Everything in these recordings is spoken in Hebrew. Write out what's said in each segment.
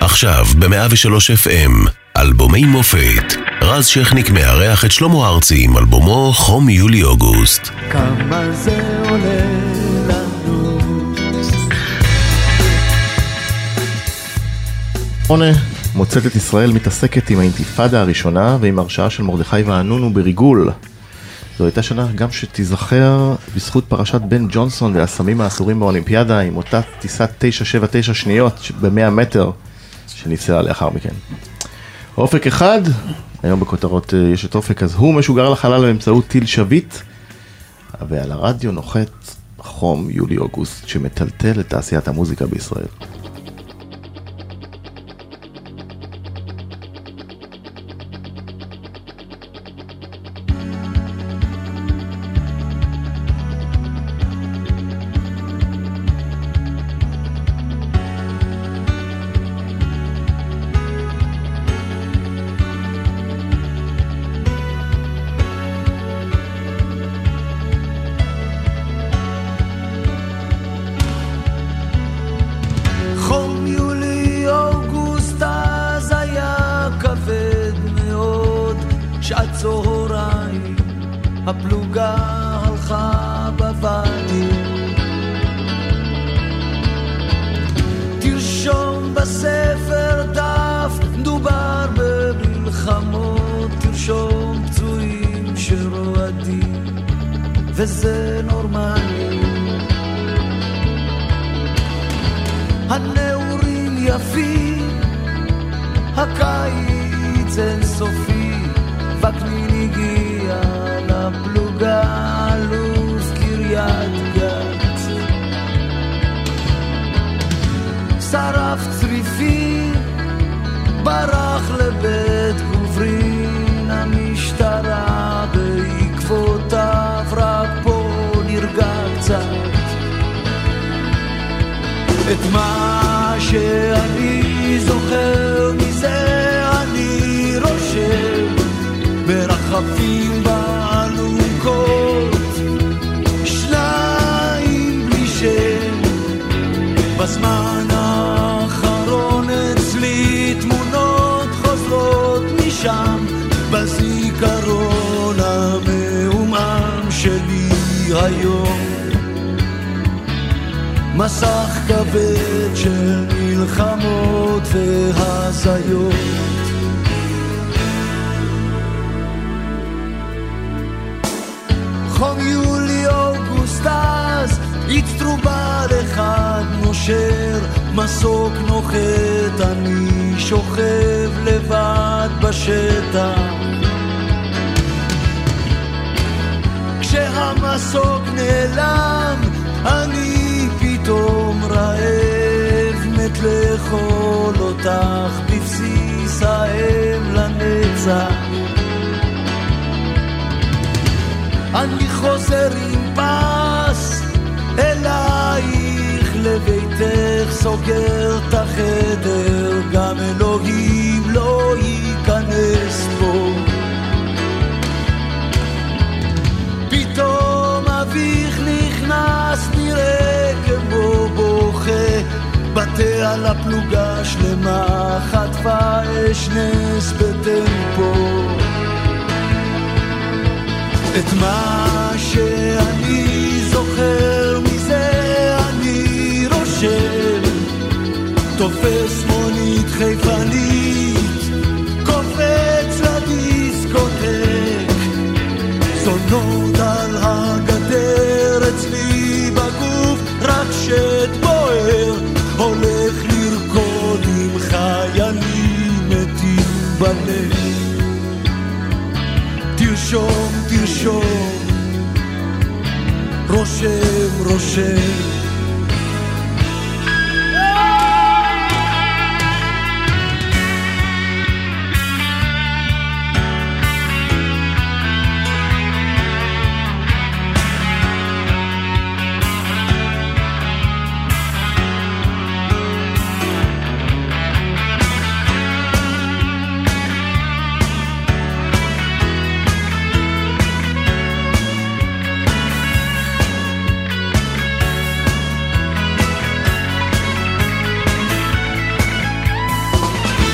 עכשיו ב-103 FM, אלבומי מופת. רז שכניק מארח את שלמה ארצי עם אלבומו חום יולי-אוגוסט. כמה זה עולה לנו? מוצאת את ישראל מתעסקת עם האינתיפאדה הראשונה ועם הרשעה של מרדכי ואנונו בריגול. זו הייתה שנה גם שתיזכר בזכות פרשת בן ג'ונסון והסמים האסורים באולימפיאדה עם אותה טיסת 979 שניות ב-100 מטר שנפסלה לאחר מכן. אופק אחד, היום בכותרות יש את אופק, אז הוא משוגר לחלל באמצעות טיל שביט, ועל הרדיו נוחת חום יולי-אוגוסט שמטלטל את תעשיית המוזיקה בישראל. הפלוגה הלכה בוואדי, תרשום בספר דף, דובר במלחמות, תרשום פצועים שרועדים, וזה נורמלי. הנעורים יפים, הקיץ אינסופי, וקנין הגיע לפלוגה, אלוף קריית גת, שרף צריפים, ברח לבית גוברין, המשטרה בעקבותיו, רק פה נרגע קצת. את מה שאני זוכר מזה אני רושם ברחבים באלונקות, שניים בלי שם. בזמן האחרון אצלי תמונות חוזרות משם, בזיכרון המעומעם שלי היום, מסך כבד של מלחמות והזיות. חום יולי-אוגוסט אז הצטרובל אחד נושר, מסוק נוחת, אני שוכב לבד בשטח. כשהמסוק נעלם אני פתאום רעב, מת לאכול אותך בבסיס האם לנצח. אני חוזר עם פס אלייך לביתך, סוגר את החדר, גם אלוהים לא ייכנס פה. פתאום אביך נכנס, נראה כמו בוכה, בטה על הפלוגה שלמה, חטפה אש נס בטמפו. את מה שאני זוכר מזה אני רושם, תופס מונית חיפנית, קופץ לדיסקוטק, זונות על הגדר אצלי בגוף, רק שט בוער, הולך לרקוד עם חיילים מתים בלב. תרשום, תרשום, רושם, רושם.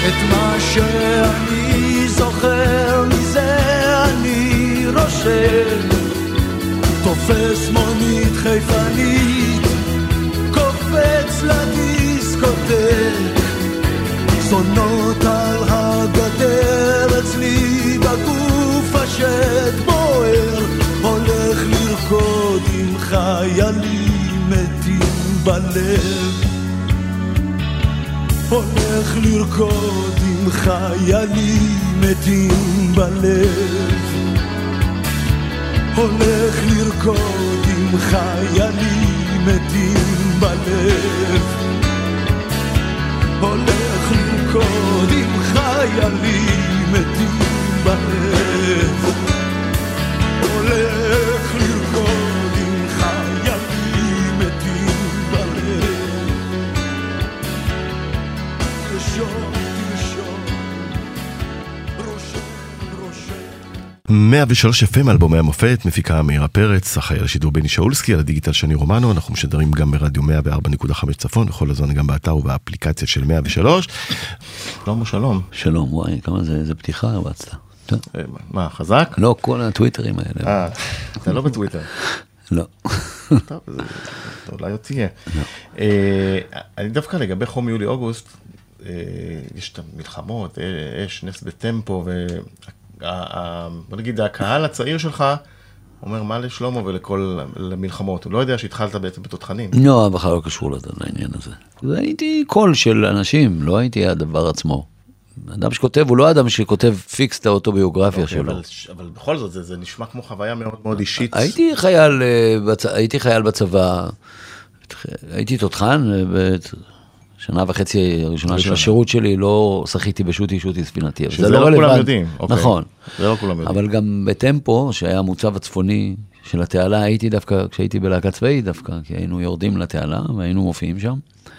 את מה שאני זוכר מזה אני רושם תופס מונית חיפנית קופץ לדיסקוטק זונות על הגדר אצלי בגוף השד בוער הולך לרקוד עם חיילים מתים בלב הולך לרקוד עם חיילים מתים בלב הולך לרקוד עם חיילים מתים בלב הולך לרקוד עם חיילים מתים בלב הולך לרקוד עם חיילים מתים בלב תרשום, תרשום רושם, רושם 103 FM, אלבומי המופת, מפיקה מאירה פרץ, אחראי על השידור בני שאולסקי, על הדיגיטל שני רומנו, אנחנו משדרים גם ברדיו 104.5 צפון, וכל הזמן גם באתר ובאפליקציה של 103. שלום ושלום. שלום, וואי, כמה זה פתיחה רצת. מה, חזק? לא, כל הטוויטרים האלה. אתה לא בטוויטר. לא. טוב, אולי עוד תהיה. אני דווקא לגבי חום יולי אוגוסט, יש את המלחמות, יש נס בטמפו, בוא נגיד, הקהל הצעיר שלך אומר מה לשלמה ולכל המלחמות. הוא לא יודע שהתחלת בעצם בתותחנים. לא, בכלל לא קשור לעניין הזה. הייתי קול של אנשים, לא הייתי הדבר עצמו. אדם שכותב, הוא לא אדם שכותב פיקס את האוטוביוגרפיה שלו. אבל בכל זאת, זה נשמע כמו חוויה מאוד מאוד אישית. הייתי חייל בצבא, הייתי תותחן, שנה וחצי הראשונה של השירות שלי, לא שחיתי בשוטי ספינתי. שזה לא כולם יודעים. נכון. זה לא כולם יודעים. אבל גם בטמפו, שהיה המוצב הצפוני של התעלה, הייתי דווקא, כשהייתי בלהקה צבאית דווקא, כי היינו יורדים לתעלה, והיינו מופיעים שם.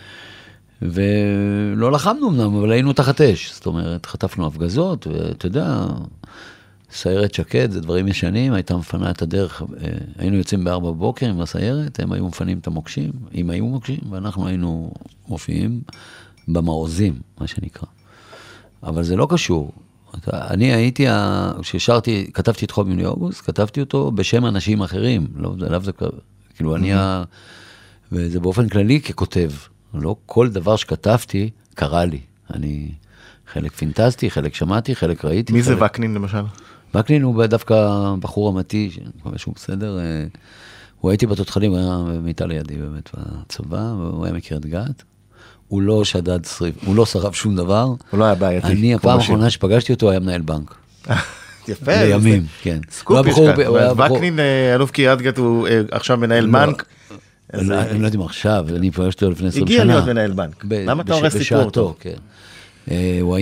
ולא לחמנו אמנם, אבל היינו תחת אש. זאת אומרת, חטפנו הפגזות, ואתה יודע, סיירת שקד, זה דברים ישנים, הייתה מפנה את הדרך, היינו יוצאים ב4 בבוקר עם הסיירת, הם היו מפנים את המוקשים, אם היו מוקשים, ואנחנו היינו מופיעים במעוזים, מה שנקרא. אבל זה לא קשור. אני הייתי, כששרתי, כתבתי את חום יולי אוגוסט, כתבתי אותו בשם אנשים אחרים, לא זה כאילו אני, וזה באופן כללי ככותב. לא כל דבר שכתבתי קרה לי. אני חלק פינטסטי, חלק שמעתי, חלק ראיתי. מי זה וקנין למשל? וקנין הוא דווקא בחור אמתי, שאני מקווה שהוא בסדר. הוא הייתי בתותחנים, הוא היה מיטה לידי באמת בצבא, והוא היה מכיר את גת. הוא לא שדד שריף, הוא לא שרף שום דבר. הוא לא היה בעייתי. אני הפעם האחרונה שפגשתי אותו היה מנהל בנק. יפה. לימים, כן. סקופ יש כאן. וקנין, אלוף קריית גת, הוא עכשיו מנהל בנק. אני לא יודעים עכשיו, אני פגשתי אותו לפני 20 שנה. הגיע להיות מנהל בנק. למה אתה הורס סיפור אותו? הוא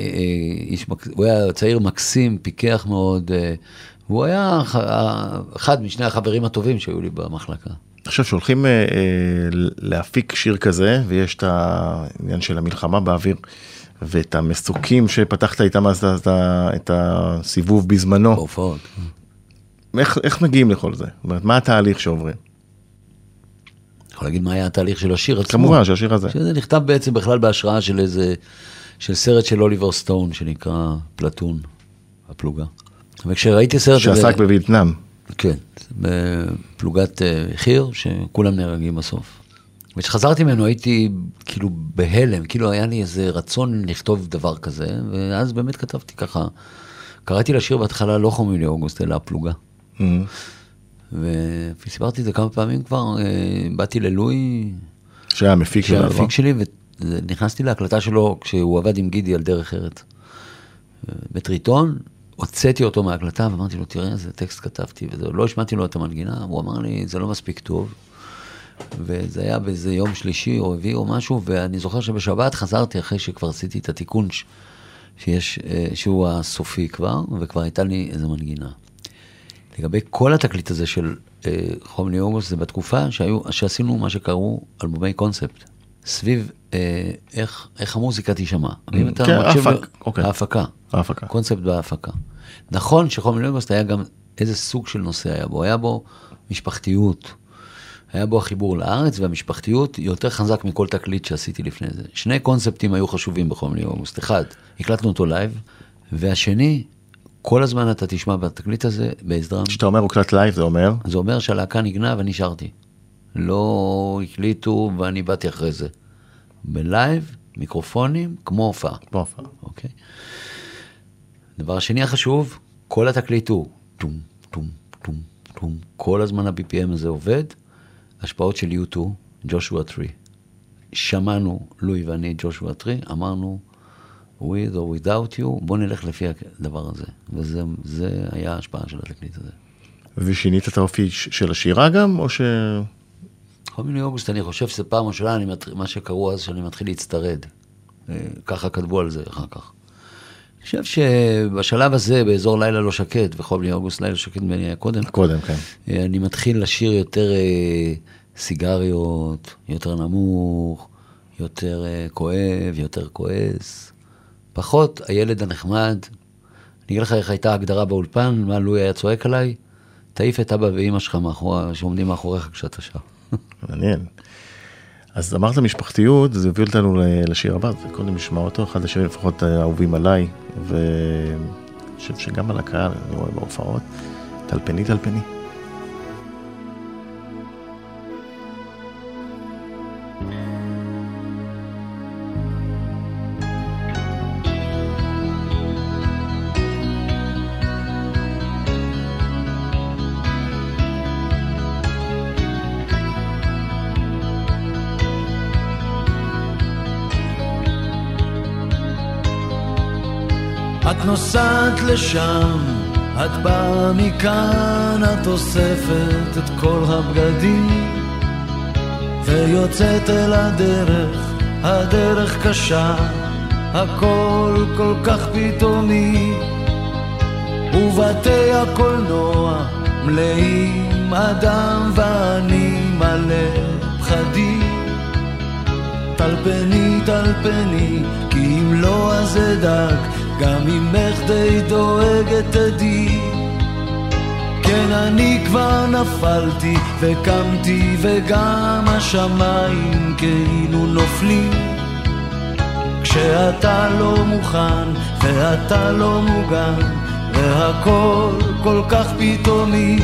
היה צעיר מקסים, פיקח מאוד, והוא היה אחד משני החברים הטובים שהיו לי במחלקה. עכשיו שהולכים להפיק שיר כזה, ויש את העניין של המלחמה באוויר, ואת המסוקים שפתחת איתם את הסיבוב בזמנו. בהופעות. איך מגיעים לכל זה? זאת אומרת, מה התהליך שעוברים? יכול להגיד מה היה התהליך של השיר עצמו. כמובן, של השיר הזה. שזה נכתב בעצם בכלל בהשראה של של סרט של אוליבר סטון, שנקרא פלטון, הפלוגה. וכשראיתי סרט... שעסק בווייטנאם. כן, בפלוגת חיר, שכולם נהרגים בסוף. וכשחזרתי ממנו הייתי כאילו בהלם, כאילו היה לי איזה רצון לכתוב דבר כזה, ואז באמת כתבתי ככה. קראתי לשיר בהתחלה לא חום יולי אוגוסט, אלא הפלוגה. וסיפרתי את זה כמה פעמים כבר, באתי ללואי, שהיה המפיק שלי, ונכנסתי להקלטה שלו כשהוא עבד עם גידי על דרך ארץ. בטריטון, הוצאתי אותו מההקלטה, ואמרתי לו, תראה איזה טקסט כתבתי, ולא השמעתי לו את המנגינה, הוא אמר לי, זה לא מספיק טוב, וזה היה באיזה יום שלישי או רביעי או משהו, ואני זוכר שבשבת חזרתי אחרי שכבר עשיתי את התיקון שהוא הסופי כבר, וכבר הייתה לי איזו מנגינה. לגבי כל התקליט הזה של חום יולי אוגוסט, זה בתקופה שעשינו מה שקראו אלבומי קונספט, סביב איך המוזיקה תשמע. כן, ההפקה. קונספט בהפקה. נכון שחום יולי אוגוסט היה גם איזה סוג של נושא היה בו. היה בו משפחתיות, היה בו החיבור לארץ והמשפחתיות יותר חזק מכל תקליט שעשיתי לפני זה. שני קונספטים היו חשובים בחומלי אוגוסט. אחד, הקלטנו אותו לייב, והשני, כל הזמן אתה תשמע בתקליט הזה, בעזרם. כשאתה אומר הוקלט לייב, זה אומר? זה אומר שהלהקה נגנה ואני שרתי. לא הקליטו ואני באתי אחרי זה. בלייב, מיקרופונים, כמו הופעה. כמו הופעה. אוקיי. דבר השני החשוב, כל התקליט הוא טום, טום, טום, טום. כל הזמן ה-BPM הזה עובד. השפעות של U2, ג'ושוע 3. שמענו, לואי ואני, ג'ושוע 3, אמרנו, with or without you, בוא נלך לפי הדבר הזה. וזה היה ההשפעה של התקליט הזה. ושינית את האופי של השירה גם, או ש... חומלי אוגוסט, אני חושב שזה פעם ראשונה, מה שקראו אז, שאני מתחיל להצטרד. ככה כתבו על זה אחר כך. אני חושב שבשלב הזה, באזור לילה לא שקט, וחומלי אוגוסט לילה שקט בני היה קודם. קודם, כן. אני מתחיל לשיר יותר סיגריות, יותר נמוך, יותר כואב, יותר כועס. פחות הילד הנחמד. אני אגיד לך איך הייתה ההגדרה באולפן, מה לואי היה צועק עליי, תעיף את אבא ואמא שלך שעומדים מאחוריך כשאתה שר. מעניין. אז אמרת משפחתיות, זה הביא אותנו לשיר הבא, זה קודם נשמע אותו, אחד השירים לפחות אהובים עליי, ואני חושב שגם על הקהל, אני רואה בהופעות, טלפני, טלפני. את נוסעת לשם, את באה מכאן, את אוספת את כל הבגדים ויוצאת אל הדרך, הדרך קשה, הכל כל כך פתאומי, ובתי הקולנוע מלאים אדם ואני מלא פחדים. טלפני, טלפני, כי אם לא אז אדאג, גם ממך די דואגת תדי. כן, אני כבר נפלתי וקמתי וגם השמיים כאילו נופלים, כשאתה לא מוכן ואתה לא מוגן והכל כל כך פתאומי,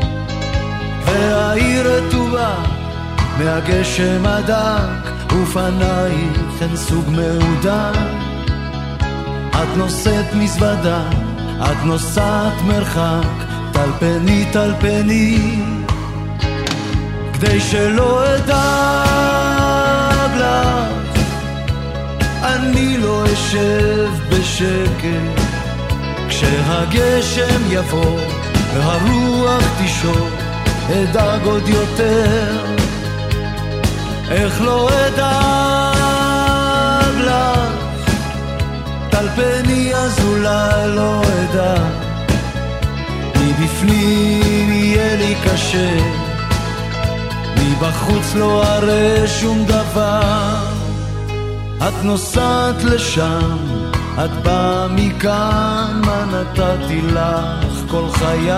והעיר רטובה מהגשם הדק ופנייך הן סוג מעודן. את נושאת מזוודה, את נוסעת מרחק, טלפני, טלפני, כדי שלא אדאג לך, אני לא אשב בשקט, כשהגשם יבוא והרוח תישור, אדאג עוד יותר. איך לא אדאג לך, טלפני, אז אולי לא אדע, מבפנים יהיה לי קשה, מבחוץ לא אראה שום דבר. את נוסעת לשם, את באה מכאן, מה נתתי לך כל חיי,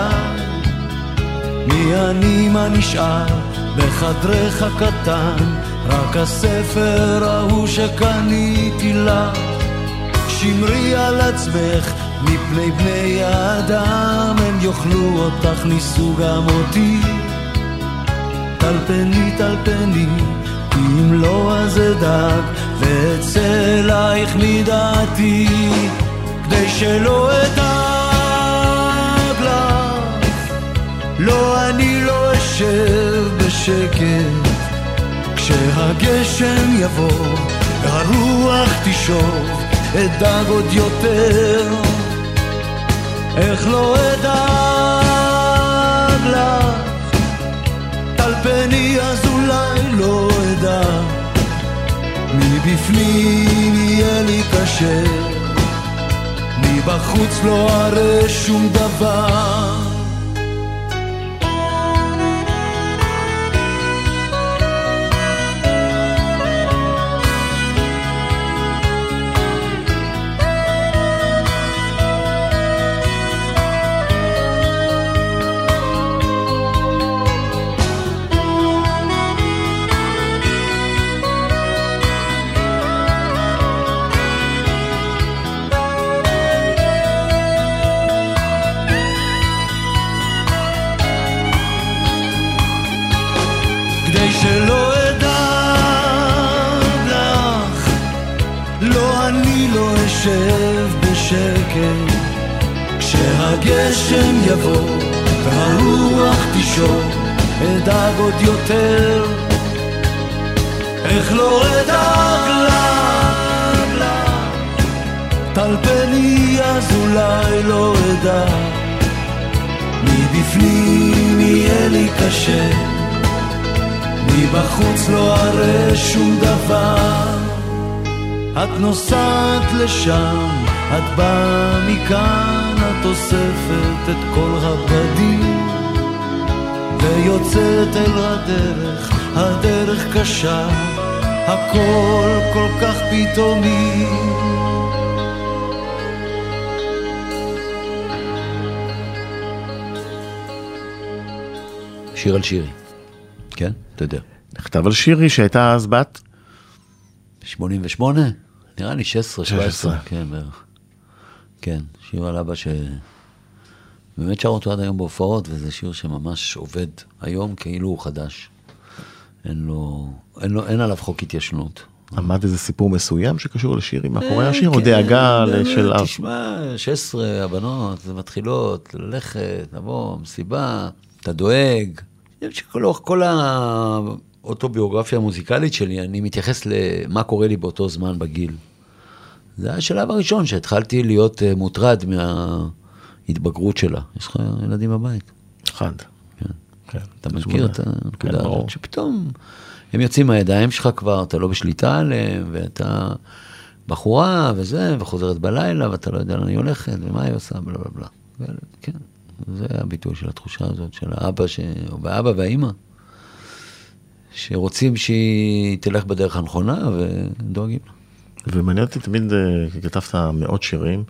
מי אני מה נשאר בחדרך הקטן, רק הספר ההוא שקניתי לך. שמרי על עצמך מפני בני האדם, הם יאכלו אותך, ניסו גם אותי. טלפני, טלפני, כי אם לא אז אדאג ואצא אלייך מדעתי, כדי שלא אדאג לך, לא, אני לא אשב בשקט, כשהגשם יבוא והרוח תשוב, אדאג עוד יותר. איך לא אדאג לך, טלפני, אז אולי לא אדאג, מבפנים יהיה לי קשה, מבחוץ לא אראה שום דבר. אשב בשקט כשהגשם יבוא והרוח תישור, אדאג עוד יותר איך לא אדאג לה, טלפני אז אולי לא אדאג, מבפנים יהיה לי קשה, מבחוץ לא אראה שום דבר. את נוסעת לשם, את באה מכאן, את אוספת את כל הבדים ויוצאת אל הדרך, הדרך קשה, הכל כל כך פתאומי. שיר על שירי, כן? אתה יודע. נכתב על שירי שהייתה אז בת? 88? נראה לי 16, 17. כן, בערך. כן, שיר על אבא באמת שר אותו עד היום בהופעות, וזה שיר שממש עובד היום כאילו הוא חדש. אין עליו חוק התיישנות. עמד איזה סיפור מסוים שקשור לשירי מאחורי השיר, או דאגה של אב? תשמע, 16 הבנות, זה מתחילות ללכת, לבוא, מסיבה, אתה דואג. כל האוטוביוגרפיה המוזיקלית שלי, אני מתייחס למה קורה לי באותו זמן בגיל. זה היה השלב הראשון שהתחלתי להיות מוטרד מההתבגרות שלה. יש לך ילדים בבית? אחד. כן. אתה מכיר את הנקודה הזאת, שפתאום הם יוצאים מהידיים שלך כבר, אתה לא בשליטה עליהם, ואתה בחורה וזה, וחוזרת בלילה, ואתה לא יודע לאן היא הולכת, ומה היא עושה, בלה בלה בלה. כן, זה הביטוי של התחושה הזאת, של האבא, והאבא והאמא, שרוצים שהיא תלך בדרך הנכונה, ודואגים לה. ומעניין אותי תמיד, כתבת מאות שירים,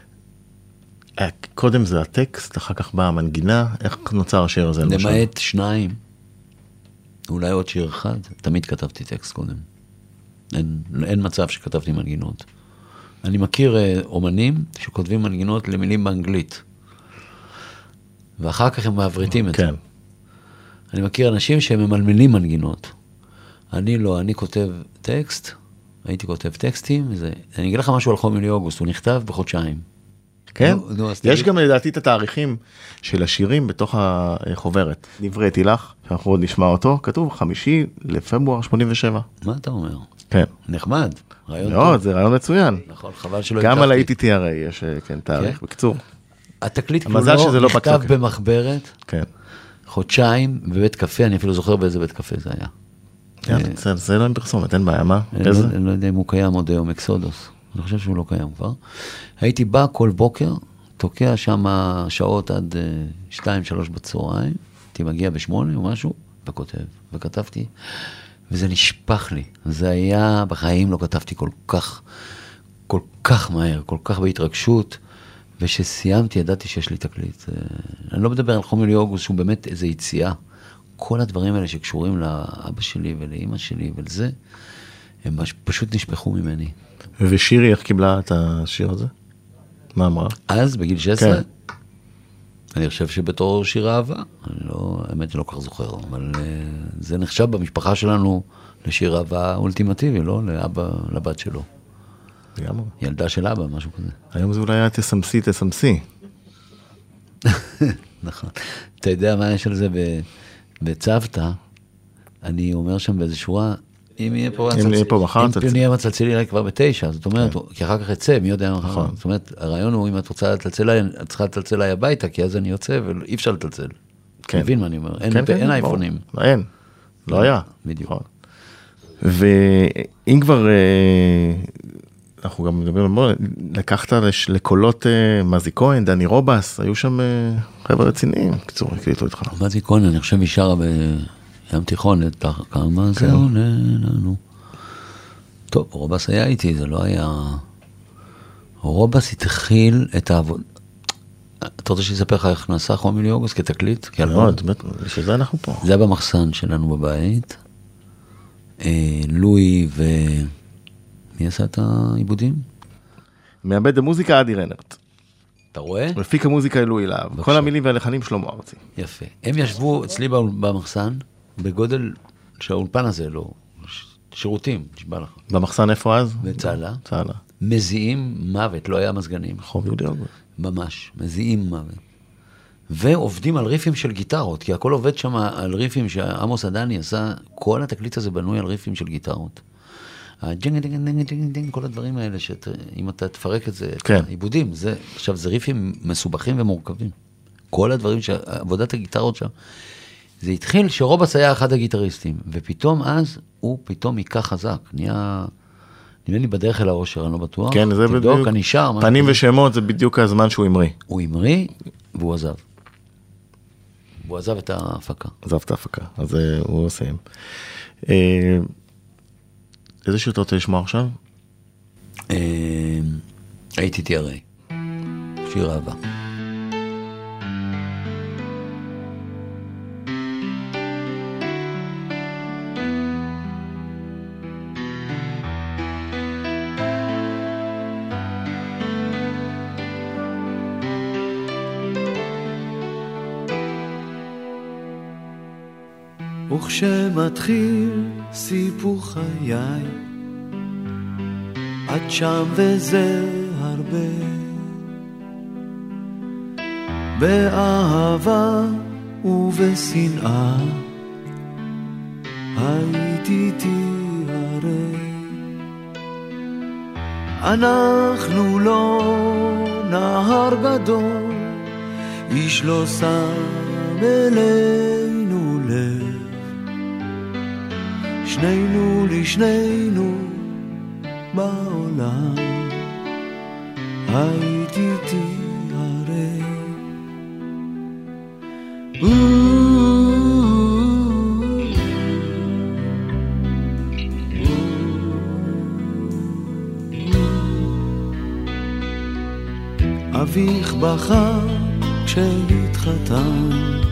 קודם זה הטקסט, אחר כך באה המנגינה, איך נוצר השיר הזה? למעט שניים, אולי עוד שיר אחד, תמיד כתבתי טקסט קודם. אין מצב שכתבתי מנגינות. אני מכיר אומנים שכותבים מנגינות למילים באנגלית, ואחר כך הם מעבריתים את זה. אני מכיר אנשים שהם ממלמלים מנגינות. אני לא, אני כותב טקסט, הייתי כותב טקסטים, אני אגיד לך משהו על חום יולי אוגוסט, הוא נכתב בחודשיים. כן? יש גם לדעתי את התאריכים של השירים בתוך החוברת. נבראתי לך, שאנחנו עוד נשמע אותו, כתוב 5 לפברואר 87. מה אתה אומר? כן. נחמד, רעיון טוב. מאוד, זה רעיון מצוין. נכון, חבל שלא הקשבתי. גם על ATT הרי יש תאריך, בקצור. התקליט כולו נכתב במחברת, חודשיים בבית קפה, אני אפילו זוכר באיזה בית קפה זה היה. זה לא עם פרסומת, אין בעיה, מה? אני לא יודע אם הוא קיים עוד היום, אקסודוס. אני חושב שהוא לא קיים כבר. הייתי בא כל בוקר, תוקע שם שעות עד 2-3 בצהריים, הייתי מגיע ב8 או משהו, וכותב, וכתבתי, וזה נשפח לי. זה היה, בחיים לא כתבתי כל כך מהר, כל כך בהתרגשות, ושסיימתי, ידעתי שיש לי תקליט. אני לא מדבר על חום יולי אוגוסט, שהוא באמת איזו יציאה. כל הדברים האלה שקשורים לאבא שלי ולאמא שלי ולזה, הם פשוט נשפחו ממני. ושירי, איך קיבלה את השיר הזה? מה אמרה? אז, בגיל 16? כן. אני חושב שבתור שיר אהבה, האמת אני לא כך זוכר, אבל זה נחשב במשפחה שלנו לשיר אהבה אולטימטיבי, לא? לבת שלו. לגמרי. ילדה של אבא, משהו כזה. היום זה אולי היה תסמסי. נכון. אתה יודע מה יש על זה בצוותא? אני אומר שם באיזו שורה, אם יהיה פה מחר, אם פניה מצלצלי אליי כבר ב9, זאת אומרת, כי אחר כך יצא, מי יודע מחר. זאת אומרת, הרעיון הוא, אם את רוצה לצלצל אליי, את צריכה לצלצל אליי הביתה, כי אז אני יוצא, ואי אפשר לצלצל. מבין מה אני אומר? אין אייפונים. אין, לא היה. בדיוק. ואם כבר, אנחנו גם מדברים, לקחת לקולות מזי כהן, דני רובס, היו שם חבר'ה רציניים, קצור, הקליטו איתך. מזי כהן, אני חושב היא שרה ים תיכון, כמה זה עולה לנו. טוב, רובס היה איתי, זה לא היה... רובס התחיל את העבוד... אתה רוצה שיספר לך איך נעשה חום יולי אוגוסט כתקליט? מאוד, שזה אנחנו פה. זה היה במחסן שלנו בבית. לואי ו... מי עשה את העיבודים? מעבד המוזיקה אדי רנרט. אתה רואה? מפיק המוזיקה לואי להב. כל המילים והלחנים שלמה ארצי. יפה. הם ישבו אצלי במחסן, בגודל שהאולפן הזה לא, שירותים, נשבע לך. במחסן איפה אז? בצהלה. צהלה. מזיעים מוות, לא היה מזגנים. חום יהודי אוגוסט. ממש, מזיעים מוות. ועובדים על ריפים של גיטרות, כי הכל עובד שם על ריפים שעמוס עדני עשה, כל התקליט הזה בנוי על ריפים של גיטרות. כל הדברים האלה, שאם אתה תפרק את זה, כן. העיבודים, עכשיו זה ריפים מסובכים ומורכבים. כל הדברים, עבודת הגיטרות שם. זה התחיל שרובץ היה אחד הגיטריסטים, ופתאום אז הוא פתאום ייקח חזק, נהיה לי בדרך אל האושר, אני לא בטוח. כן, זה תבדוק, בדיוק, אני שר. פנים ושמות זה בדיוק הזמן שהוא המריא. הוא המריא, והוא עזב. הוא עזב את ההפקה. עזב את ההפקה, אז הוא עושים. איזה שיר אתה רוצה לשמוע עכשיו? הייתי תיארי. שיר אהבה. וכשמתחיל סיפור חיי, את שם וזה הרבה, באהבה ובשנאה, הייתי תיארי. אנחנו לא נהר גדול, איש לא שם אלינו לב, שנינו לשנינו בעולם, הייתי תיארי. אביך בכה כשהתחתנת,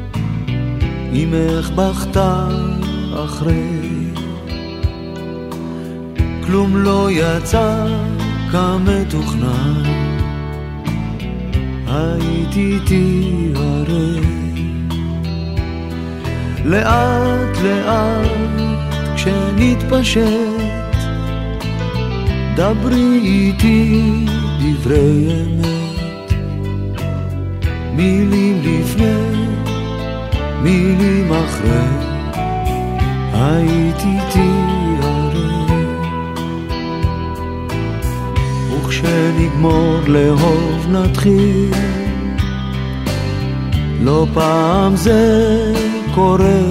אמך בכתה אחרי, כלום לא יצא כמתוכנן, הייתי תיארי. לאט לאט כשנתפשט, דברי איתי דברי אמת, מילים לפני מילים אחרי, הייתי תיארי. וכשנגמור לאהוב נתחיל, לא פעם זה קורה,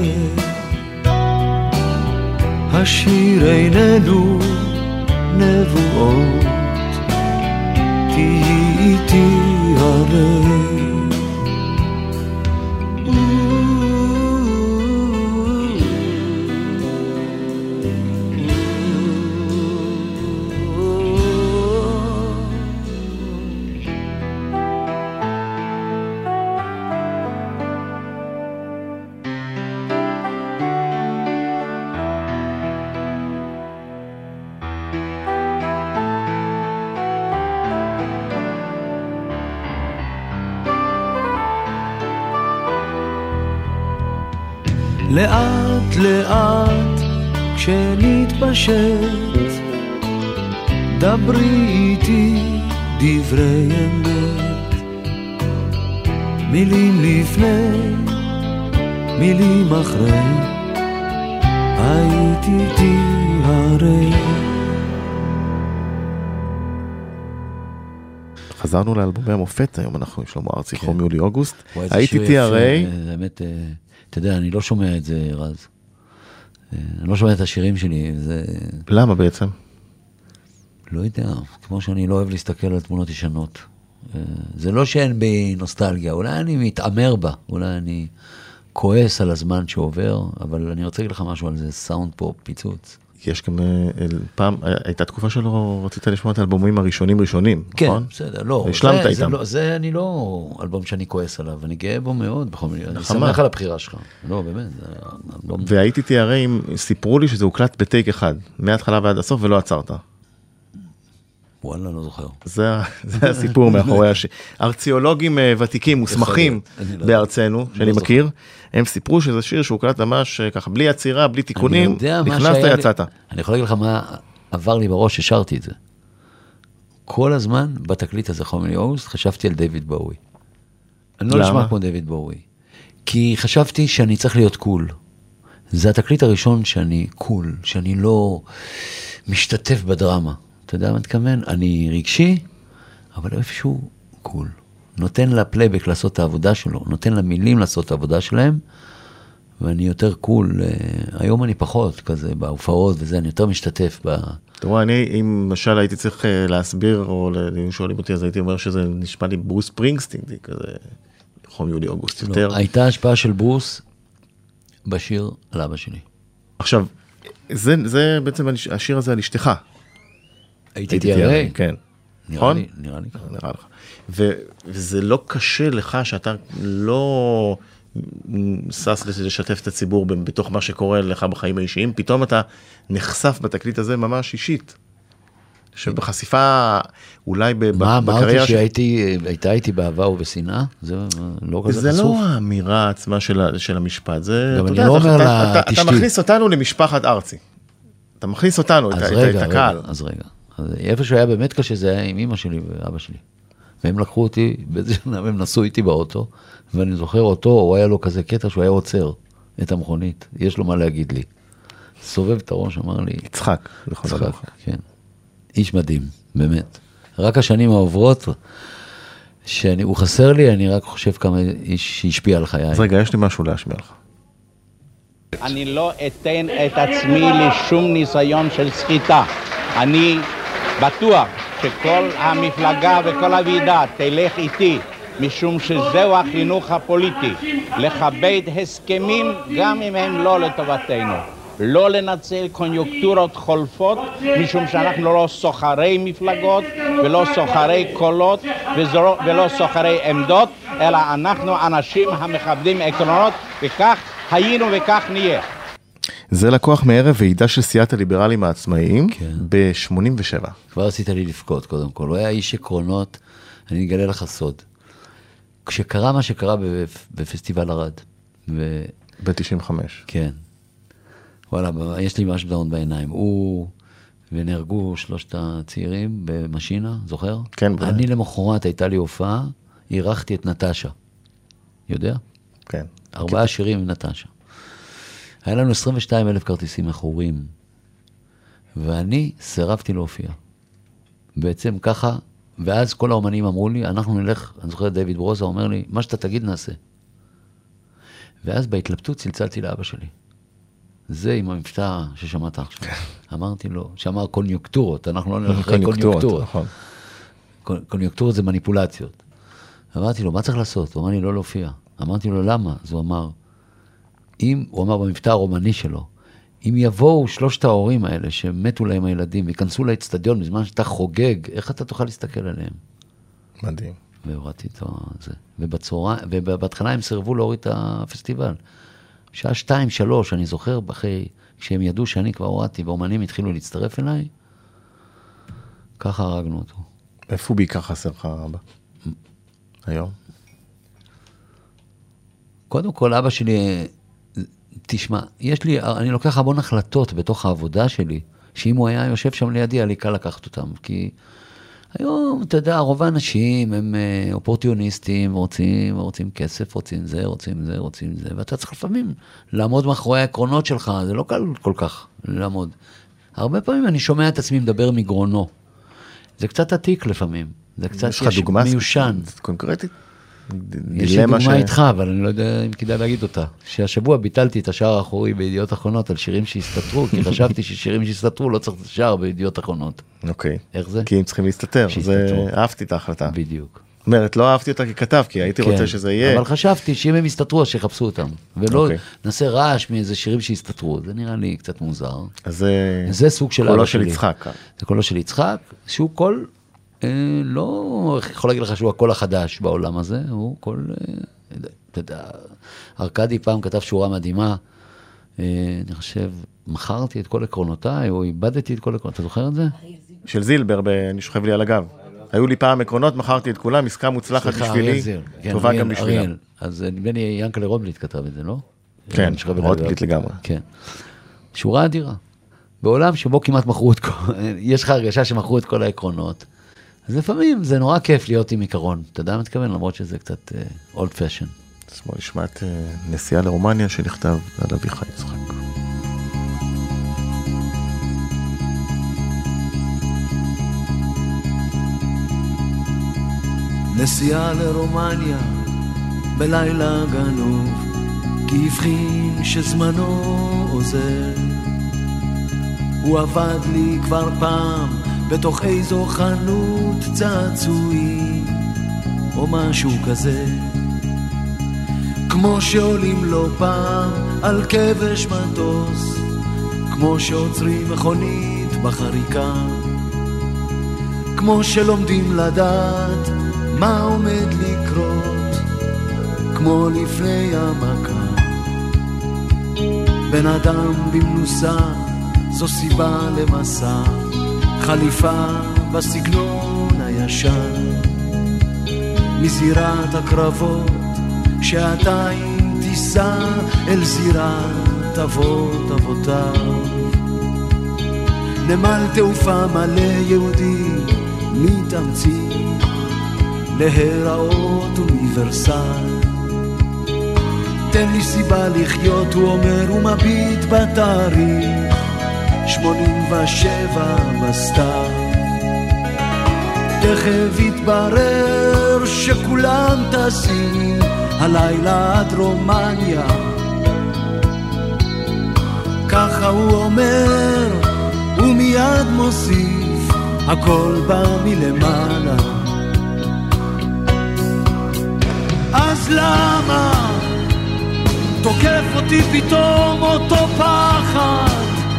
השיר איננו נבואות, תהי איתי הרי. לאט לאט כשנתפשט, דברי איתי דברי אמת, מילים לפני מילים אחרי, הייתי תיארי. חזרנו לאלבומי המופת, היום אנחנו עם שלמה ארצי, חום יולי אוגוסט. הייתי תיארי. באמת, אתה יודע, אני לא שומע את זה, רז. אני לא שומע את השירים שלי. למה בעצם? לא יודע, כמו שאני לא אוהב להסתכל על תמונות ישנות. זה לא שאין בי נוסטלגיה, אולי אני מתאמר בה, אולי אני כועס על הזמן שעובר, אבל אני רוצה להגיד לך משהו על זה, סאונד פופ, פיצוץ. יש גם פעם, הייתה תקופה שלא רצית לשמוע את האלבומים ראשונים, כן, נכון? בסדר, לא. השלמת איתם. זה אני לא אלבום שאני כועס עליו, אני גאה בו מאוד, בכל מיני, אני שמח על הבחירה שלך. לא, באמת. והייתי תיארי, סיפרו לי שזה הוקלט בטייק אחד, מההתחלה ועד הסוף, ולא עצרת. וואלה, לא זוכר. זה הסיפור מאחורי ארכיאולוגים ותיקים, מוסמכים בארצנו, שאני מכיר, הם סיפרו שזה שיר שהוקלט ממש ככה, בלי עצירה, בלי תיקונים, נכנסת, יצאת. אני יכול להגיד לך מה עבר לי בראש, ששרתי את זה. כל הזמן, בתקליט הזה, חומר אוגוסט, חשבתי על דיוויד בואוי. אני לא נשמע כמו דיוויד בואוי. כי חשבתי שאני צריך להיות קול. זה התקליט הראשון שאני קול, שאני לא משתתף בדרמה. אתה יודע מה מתכוון? אני רגשי, אבל איפשהו קול. נותן לפלייבק לעשות את העבודה שלו, נותן למילים לעשות את העבודה שלהם, ואני יותר קול. היום אני פחות כזה בהופעות וזה, אני יותר משתתף ב... תראו, אני, אם למשל הייתי צריך להסביר, או אם שואלים אותי, אז הייתי אומר שזה נשמע לי ברוס ספרינגסטין, כזה חום יולי אוגוסט יותר. לא, הייתה השפעה של ברוס בשיר על אבא שלי. עכשיו, זה בעצם השיר הזה על אשתך. הייתי תראה? כן. נכון? נראה לי. נראה לך. וזה לא קשה לך שאתה לא סס לשתף את הציבור בתוך מה שקורה לך בחיים האישיים, פתאום אתה נחשף בתקליט הזה ממש אישית. שבחשיפה אולי מה אמרתי שהייתה איתי באהבה ובשנאה? זה לא כזה חשוף. זה לא האמירה עצמה של המשפט. גם אני לא אומר לה, תשתי. אתה מכניס אותנו למשפחת ארצי. אתה מכניס אותנו, את הקהל. אז רגע. איפה שהיה באמת קשה, זה היה עם אמא שלי ואבא שלי. והם לקחו אותי, באיזה שנה, והם נסעו איתי באוטו, ואני זוכר אותו, הוא היה לו כזה קטע שהוא היה עוצר את המכונית. יש לו מה להגיד לי. סובב את הראש, אמר לי... יצחק. יצחק, כן. איש מדהים, באמת. רק השנים העוברות, שהוא חסר לי, אני רק חושב כמה איש שהשפיע על חיי. אז רגע, יש לי משהו להשמיע לך. אני לא אתן את עצמי לשום ניסיון של סחיטה. אני בטוח שכל המפלגה וכל הוועידה תלך איתי, משום שזהו החינוך הפוליטי, לכבד הסכמים גם אם הם לא לטובתנו. לא לנצל קוניונקטורות חולפות, משום שאנחנו לא סוחרי מפלגות, ולא סוחרי קולות, ולא סוחרי עמדות, אלא אנחנו אנשים המכבדים עקרונות, וכך היינו וכך נהיה. זה לקוח מערב ועידה של סיעת הליברלים העצמאיים, ב-87. כבר עשית לי לפקוד קודם כל, הוא היה איש עקרונות, אני אגלה לך סוד. כשקרה מה שקרה בפסטיבל ארד. ב-95. כן. וואלה, יש לי משהו דאון בעיניים. ונהרגו 3 הצעירים במשינה, זוכר? כן. אני למחרת הייתה לי הופעה, אירחתי את נטשה. יודע? כן. 4 שירים עם נטשה. היה לנו 22,000 כרטיסים מכורים, ואני סירבתי להופיע. בעצם ככה, ואז כל האומנים אמרו לי, אנחנו נלך, אני זוכר דיוויד ברוזה אומר לי, מה שאתה תגיד נעשה. ואז בהתלבטות צלצלתי לאבא שלי. זה עם המבטא ששמעת עכשיו. אמרתי לו, שאמר קוניונקטורות, אנחנו לא נלך אחרי קוניונקטורות. קוניונקטורות זה מניפולציות. אמרתי לו, מה צריך לעשות? הוא אמר לי, לא להופיע. אמרתי לו, למה? אז הוא אמר במבטא הרומני שלו, אם יבואו 3 ההורים האלה שמתו להם הילדים, ייכנסו לאצטדיון בזמן שאתה חוגג, איך אתה תוכל להסתכל עליהם? מדהים. והורדתי את זה. ובהתחלה הם סירבו להוריד את הפסטיבל. שעה 2-3, אני זוכר, כשהם ידעו שאני כבר הורדתי, והאומנים התחילו להצטרף אליי, ככה הרגנו אותו. איפה בעיקר חסר לך אבא? היום? קודם כל, אבא שלי, תשמע, אני לוקח המון החלטות בתוך העבודה שלי, שאם הוא היה יושב שם לידי, היה לי קל לקחת אותם, כי היום, אתה יודע, רוב האנשים הם אופורטיוניסטים, רוצים כסף, רוצים זה, ואתה צריך לפעמים לעמוד מאחורי העקרונות שלך, זה לא קל כל כך לעמוד. הרבה פעמים אני שומע את עצמי מדבר מגרונו. זה קצת עתיק לפעמים, זה קצת מיושן. קונקרטית? יש לי דוגמה איתך, אבל אני לא יודע אם כדאי להגיד אותה. שהשבוע ביטלתי את השער האחורי בידיעות אחרונות על שירים שהסתתרו, כי חשבתי ששירים שהסתתרו לא צריך שער בידיעות אחרונות. אוקיי. איך זה? כי הם צריכים להסתתר. אהבתי את ההחלטה. בדיוק. אומרת, לא אהבתי אותה ככתב, כי הייתי רוצה שזה יהיה. אבל חשבתי שאם הם הסתתרו, אז שיחפשו אותם. ולא נעשה רעש מאיזה שירים שהסתתרו. זה נראה לי קצת מוזר. זה סוג של קולו של יצחק. זה קולו של יצחק, שהוא קול לא יכול להגיד לך שהוא הקול החדש בעולם הזה, הוא קול, אתה יודע, ארקדי פעם כתב שורה מדהימה, אני חושב, מכרתי את כל עקרונותיי, או איבדתי את כל עקרונותיי, אתה זוכר את זה? של זילבר, אני שוכב לי על הגב. היו לי פעם עקרונות, מכרתי את כולם, עסקה מוצלחת בשבילי, טובה גם בשבילם. אז בני ינקלה רובליט כתב את זה, לא? כן, רובליט לגמרי. כן. שורה אדירה. בעולם שבו כמעט מכרו את כל, יש לך הרגשה שמכרו את כל העקרונות, אז לפעמים זה נורא כיף להיות עם עיקרון, אתה יודע מה מתכוון? למרות שזה קצת old fashion. אז בוא נשמע את נסיעה לרומניה שנכתב על אביחי יצחק. נסיעה לרומניה בלילה גנוב, כי הבחין שזמנו עוזר. הוא עבד לי כבר פעם בתוך איזו חנות צעצועים או משהו כזה, כמו שעולים לו פעם על כבש מטוס, כמו שעוצרים מכונית בחריקה, כמו שלומדים לדעת מה עומד לקרות, כמו לפני המכה. בן אדם במנוסה זו סיבה למסע, חליפה בסגנון הישן, מזירת הקרבות שעתיים תיסע אל זירת אבות אבותיו. נמל תעופה מלא יהודי מתאמצים להיראות אוניברסל. תן לי סיבה לחיות, הוא אומר, הוא מביט בתאריך 87 בסתיו. תכף יתברר שכולם טסים הלילה עד רומניה, ככה הוא אומר ומיד מוסיף, הכל בא מלמעלה. אז למה תוקף אותי פתאום אותו פחד?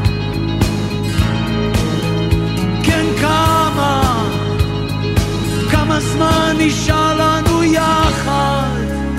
כן, כמה זמן נשאר לנו יחד?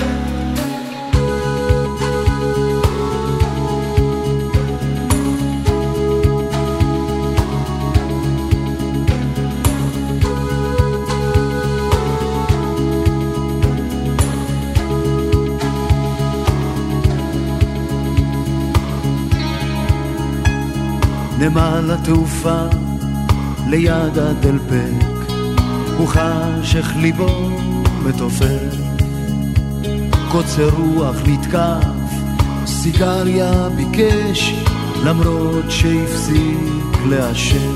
נמל התעופה ליד הדלפק, הוא חש איך ליבו מתופף, קוצר רוח נתקף, סיגריה ביקש למרות שהפסיק לעשן.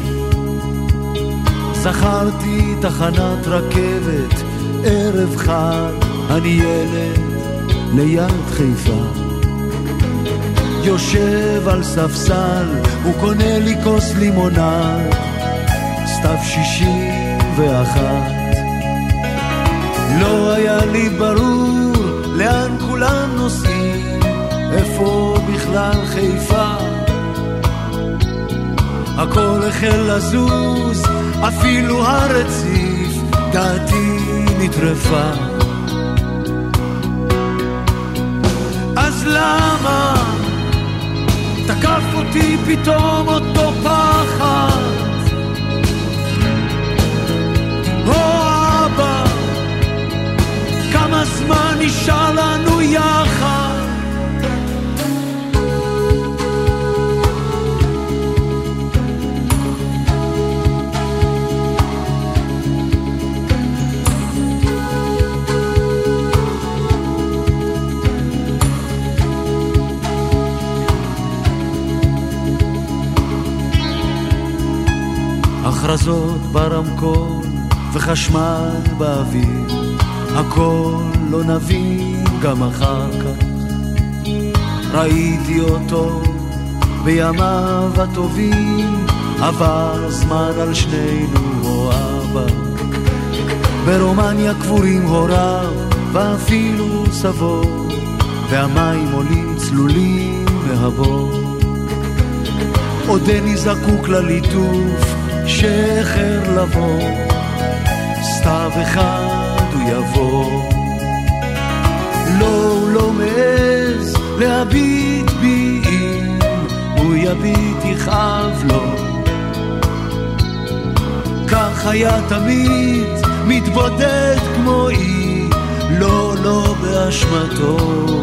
זכרתי תחנת רכבת ערב חג, אני ילד ליד חיפה, יושב על ספסל, הוא קונה לי כוס לימונד, סתיו 61. לא היה לי ברור לאן כולם נוסעים, איפה בכלל חיפה. הכל החל לזוז, אפילו הרציף, דעתי נטרפה. אז למה תקף אותי פתאום אותו פחד? או אבא, כמה זמן נשאר לנו יחד? הכרזות ברמקול וחשמל באוויר, הכל לא נבין גם אחר כך. ראיתי אותו בימיו הטובים, עבר זמן על שנינו או אבא. ברומניה קבורים הוריו ואפילו סבו, והמים עולים צלולים מהבור. עודני זקוק לליטוף שחר לבוא, סתיו אחד הוא יבוא. לא, הוא לא מעז להביט בי, אם הוא יביט יכאב לו. כך היה תמיד, מתבודד כמו אי, לא, לא באשמתו.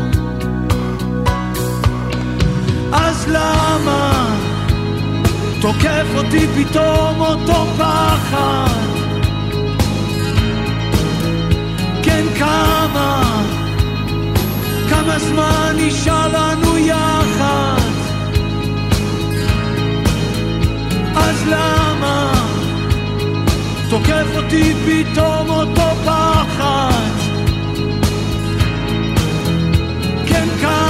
אז למה תוקף אותי פתאום אותו פחד? כמה זמן נשאר לנו יחד, אז למה תוקף אותי פתאום אותו פחד? כן,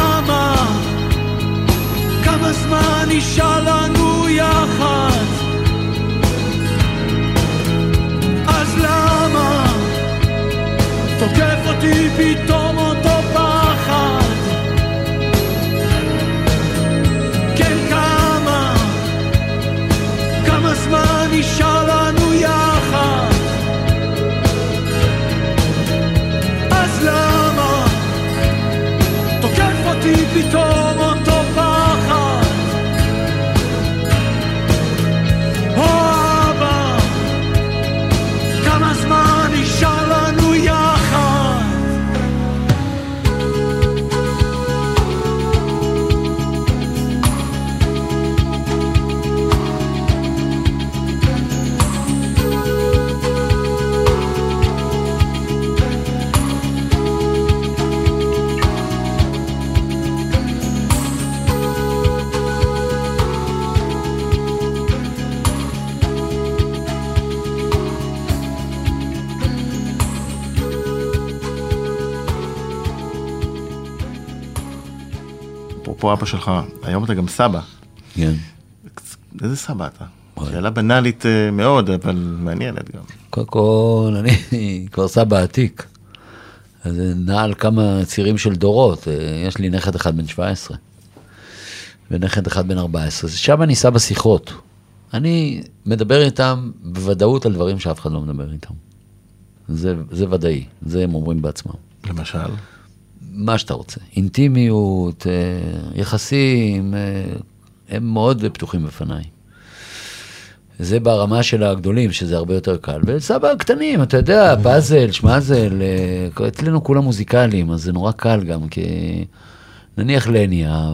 כמה זמן נשאר לנו יחד, אז למה תוקף אותי פתאום אותו פחד? כן, כמה זמן נשאר לנו יחד, אז למה תוקף אותי פתאום אותו פחד? או אבא, כמה זמן נשאר לנו יחד? אפרופו אבא שלך, היום אתה גם סבא. כן. איזה סבא אתה? שאלה בנאלית מאוד, אבל מעניינת גם. קודם כל, אני כבר סבא עתיק. אז נעל כמה צירים של דורות. יש לי נכד אחד בן 17, ונכד אחד בן 14. שם אני סבא שיחות. אני מדבר איתם בוודאות על דברים שאף אחד לא מדבר איתם. זה ודאי, זה הם אומרים בעצמם. למשל? מה שאתה רוצה. אינטימיות, יחסים, הם מאוד פתוחים בפניי. זה ברמה של הגדולים, שזה הרבה יותר קל. וסבא הקטנים, אתה יודע, פאזל, שמאזל, אצלנו כולם מוזיקליים, אז זה נורא קל גם, כי נניח לניה,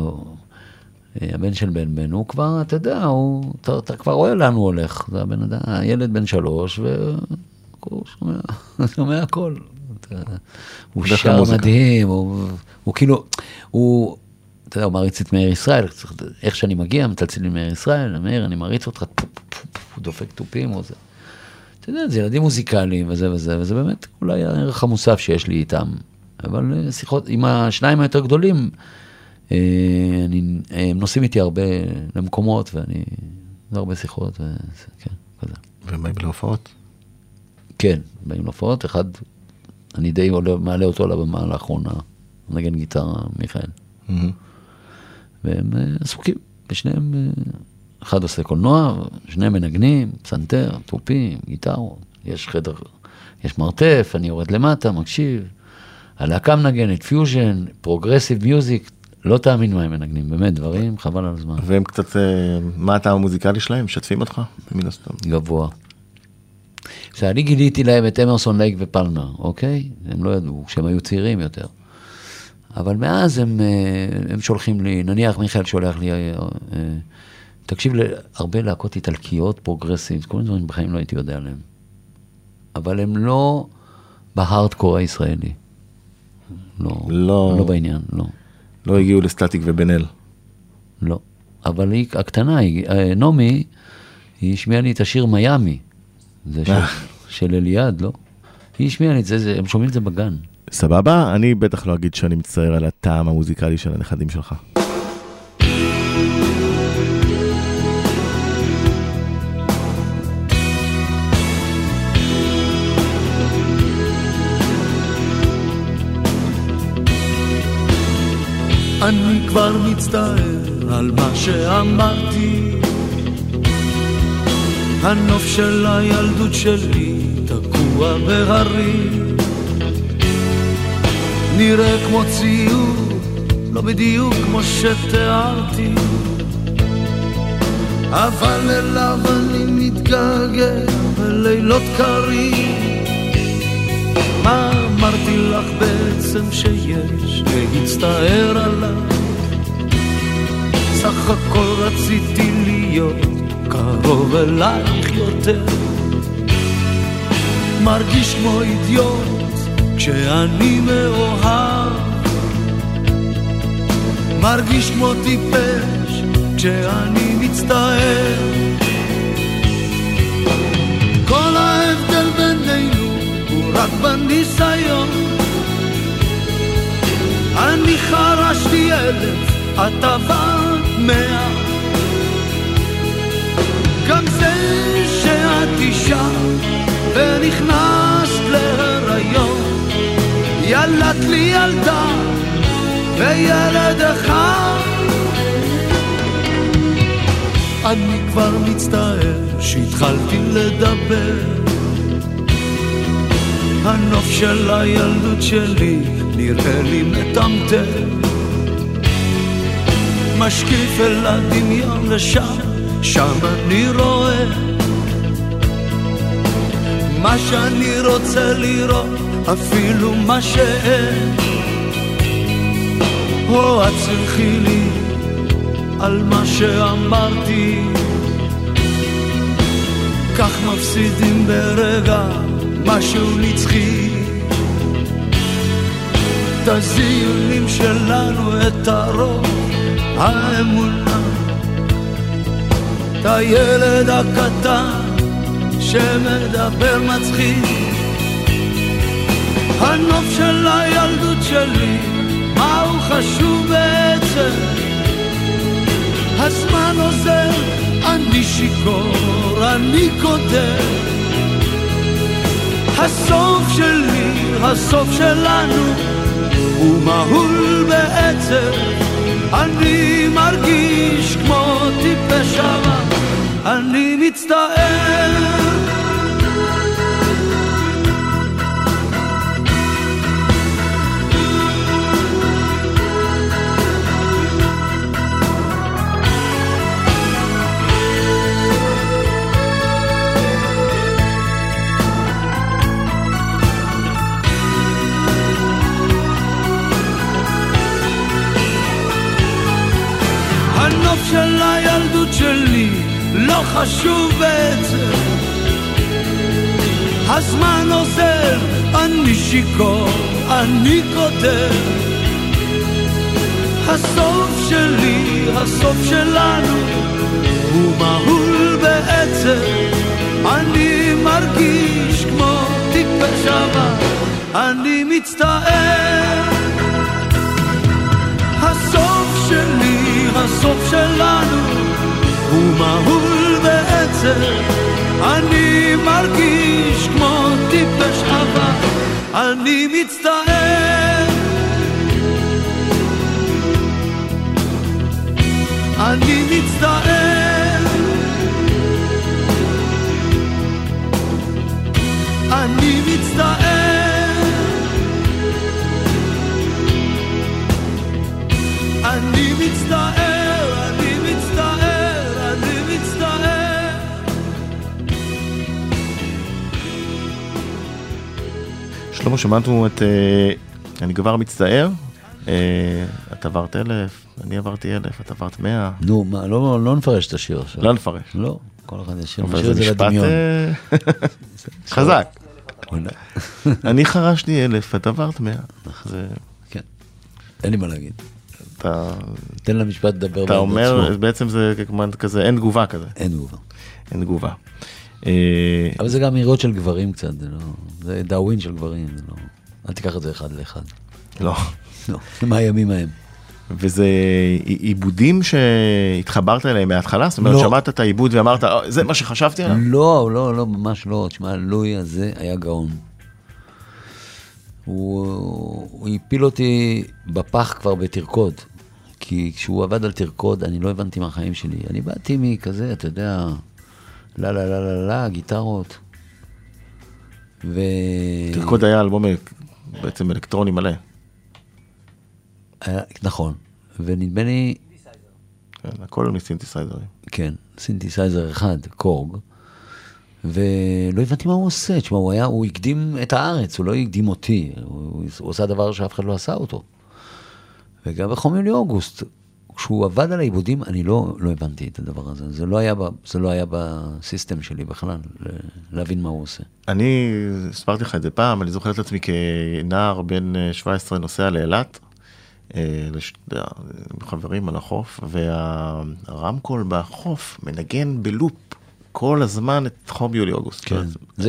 הבן של בן, הוא כבר, אתה יודע, אתה כבר רואה לאן הוא הולך. זה הבן אדם, הילד בן 3, והוא שומע הכל. הוא שר מדהים, הוא כאילו, אתה יודע, הוא מריץ את מאיר ישראל, איך שאני מגיע, מצלצל עם מאיר ישראל, מאיר, אני מריץ אותך, הוא דופק טופים, או זה. אתה יודע, זה ילדים מוזיקליים וזה וזה, וזה באמת אולי הערך המוסף שיש לי איתם. אבל שיחות, עם השניים היותר גדולים, הם נוסעים איתי הרבה למקומות, ואני, זה הרבה שיחות, כן, כזה. והם באים להופעות? כן, באים להופעות, אחד, אני די מעלה אותו לבמה לאחרונה, נגן גיטרה, מיכאל. והם עסוקים, ושניהם, אחד עושה קולנוע, שניהם מנגנים, פסנתר, טופים, גיטרות, יש חדר, יש מרתף, אני יורד למטה, מקשיב, הלהקה מנגנת, פיוז'ן, פרוגרסיב מיוזיק, לא תאמין מה הם מנגנים, באמת דברים, חבל על הזמן. והם קצת, מה הטעם המוזיקלי שלהם? משתפים אותך? מן הסתם. גבוה. אני גיליתי להם את אמרסון לייק ופלמר, אוקיי? הם לא ידעו, כשהם היו צעירים יותר. אבל מאז הם שולחים לי, נניח מיכאל שולח לי, תקשיב להרבה להקות איטלקיות, פרוגרסיביות, כל מיני דברים בחיים לא הייתי יודע עליהם. אבל הם לא בהארדקור הישראלי. לא בעניין, לא. לא הגיעו לסטטיק ובן אל. לא. אבל היא הקטנה, נומי, היא השמיעה לי את השיר מיאמי. זה של אליעד, לא? היא השמיעה לי את זה, הם שומעים את זה בגן. סבבה, אני בטח לא אגיד שאני מצטער על הטעם המוזיקלי של הנכדים שלך. אני כבר מצטער על מה שאמרתי, הנוף של הילדות שלי תקוע בהרים, נראה כמו ציור, לא בדיוק כמו שתיארתי, אבל אליו אני מתגעגע בלילות קרים. מה אמרתי לך בעצם שיש להצטער עליו? סך הכל רציתי להיות קרוב אלייך יותר, מרגיש כמו אידיוט כשאני מאוהב, מרגיש כמו טיפש כשאני מצטער. כל ההבדל בינינו הוא רק בניסיון. אני חרשתי 1000, אתה עברת 100. גם זה שאת אישה ונכנסת להיריון, ילדת לי ילדה וילד אחד. אני כבר מצטער שהתחלתי לדבר. הנוף של הילדות שלי נראה לי מטמטם. משקיף אל הדמיון לשם, שם אני רואה מה שאני רוצה לראות, אפילו מה שאין. או את סלחי לי על מה שאמרתי, כך מפסידים ברגע משהו נצחי. את הזיונים שלנו, את הרוב, האמונה, את הילד הקטן שמדבר מצחיק. הנוף של הילדות שלי, מה הוא חשוב בעצם? הזמן עוזר, אני שיקור, אני כותב. הסוף שלי, הסוף שלנו, הוא מהול בעצם. אני מרגיש כמו טיפש אבל אני מצטער. הנוף של הילדות שלי לא חשוב בעצם. הזמן עוזר, אני שיקור, אני כותב. הסוף שלי, הסוף שלנו, הוא מהול בעצם. אני מרגיש כמו טיפש אבל אני מצטער. הסוף שלי, הסוף שלנו, הוא מהול בעצם. אני מרגיש כמו טיפש אבל אני מצטער. אני מצטער. אני מצטער. אני מצטער, אני מצטער, אני מצטער. שלמה, שמענו את אני כבר מצטער. את עברת 1,000, אני עברתי 1,000, את עברת 100. נו, מה, לא נפרש את השיר עכשיו. לא נפרש. לא, כל אחד ישיר, אבל משאיר את זה לדמיון. חזק. אני חרשתי 1,000, את עברת 100. כן, אין לי מה להגיד. אתה תן למשפט לדבר. אתה אומר, בעצם זה כזה, אין תגובה כזה. אין תגובה. אין תגובה. אבל זה גם מהירות של גברים קצת, זה דאווין של גברים, אל תיקח את זה אחד לאחד. לא. לא, זה מהימים ההם. וזה עיבודים שהתחברת אליהם מההתחלה? זאת אומרת, שמעת את העיבוד ואמרת, זה מה שחשבתי עליו? לא, ממש לא. תשמע, לואי הזה היה גאון. הוא הפיל אותי בפח כבר בתרקוד, כי כשהוא עבד על תרקוד, אני לא הבנתי מהחיים שלי. אני באתי מכזה, אתה יודע, לא, גיטרות. תרקוד היה אלבום בעצם אלקטרוני מלא. נכון, ונדמה לי... כן, הכל מסינתסייזרים. כן, סינתסייזר אחד, קורג, ולא הבנתי מה הוא עושה. תשמע, הוא הקדים את הארץ, הוא לא הקדים אותי, הוא עושה דבר שאף אחד לא עשה אותו. וגם בחום יולי אוגוסט, כשהוא עבד על העיבודים, אני לא הבנתי את הדבר הזה. זה לא היה בסיסטם שלי בכלל, להבין מה הוא עושה. אני הסברתי לך את זה פעם, אני זוכר את עצמי כנער בן 17 נוסע לאילת, חברים על החוף, והרמקול בחוף מנגן בלופ כל הזמן את חום יולי אוגוסט. כן.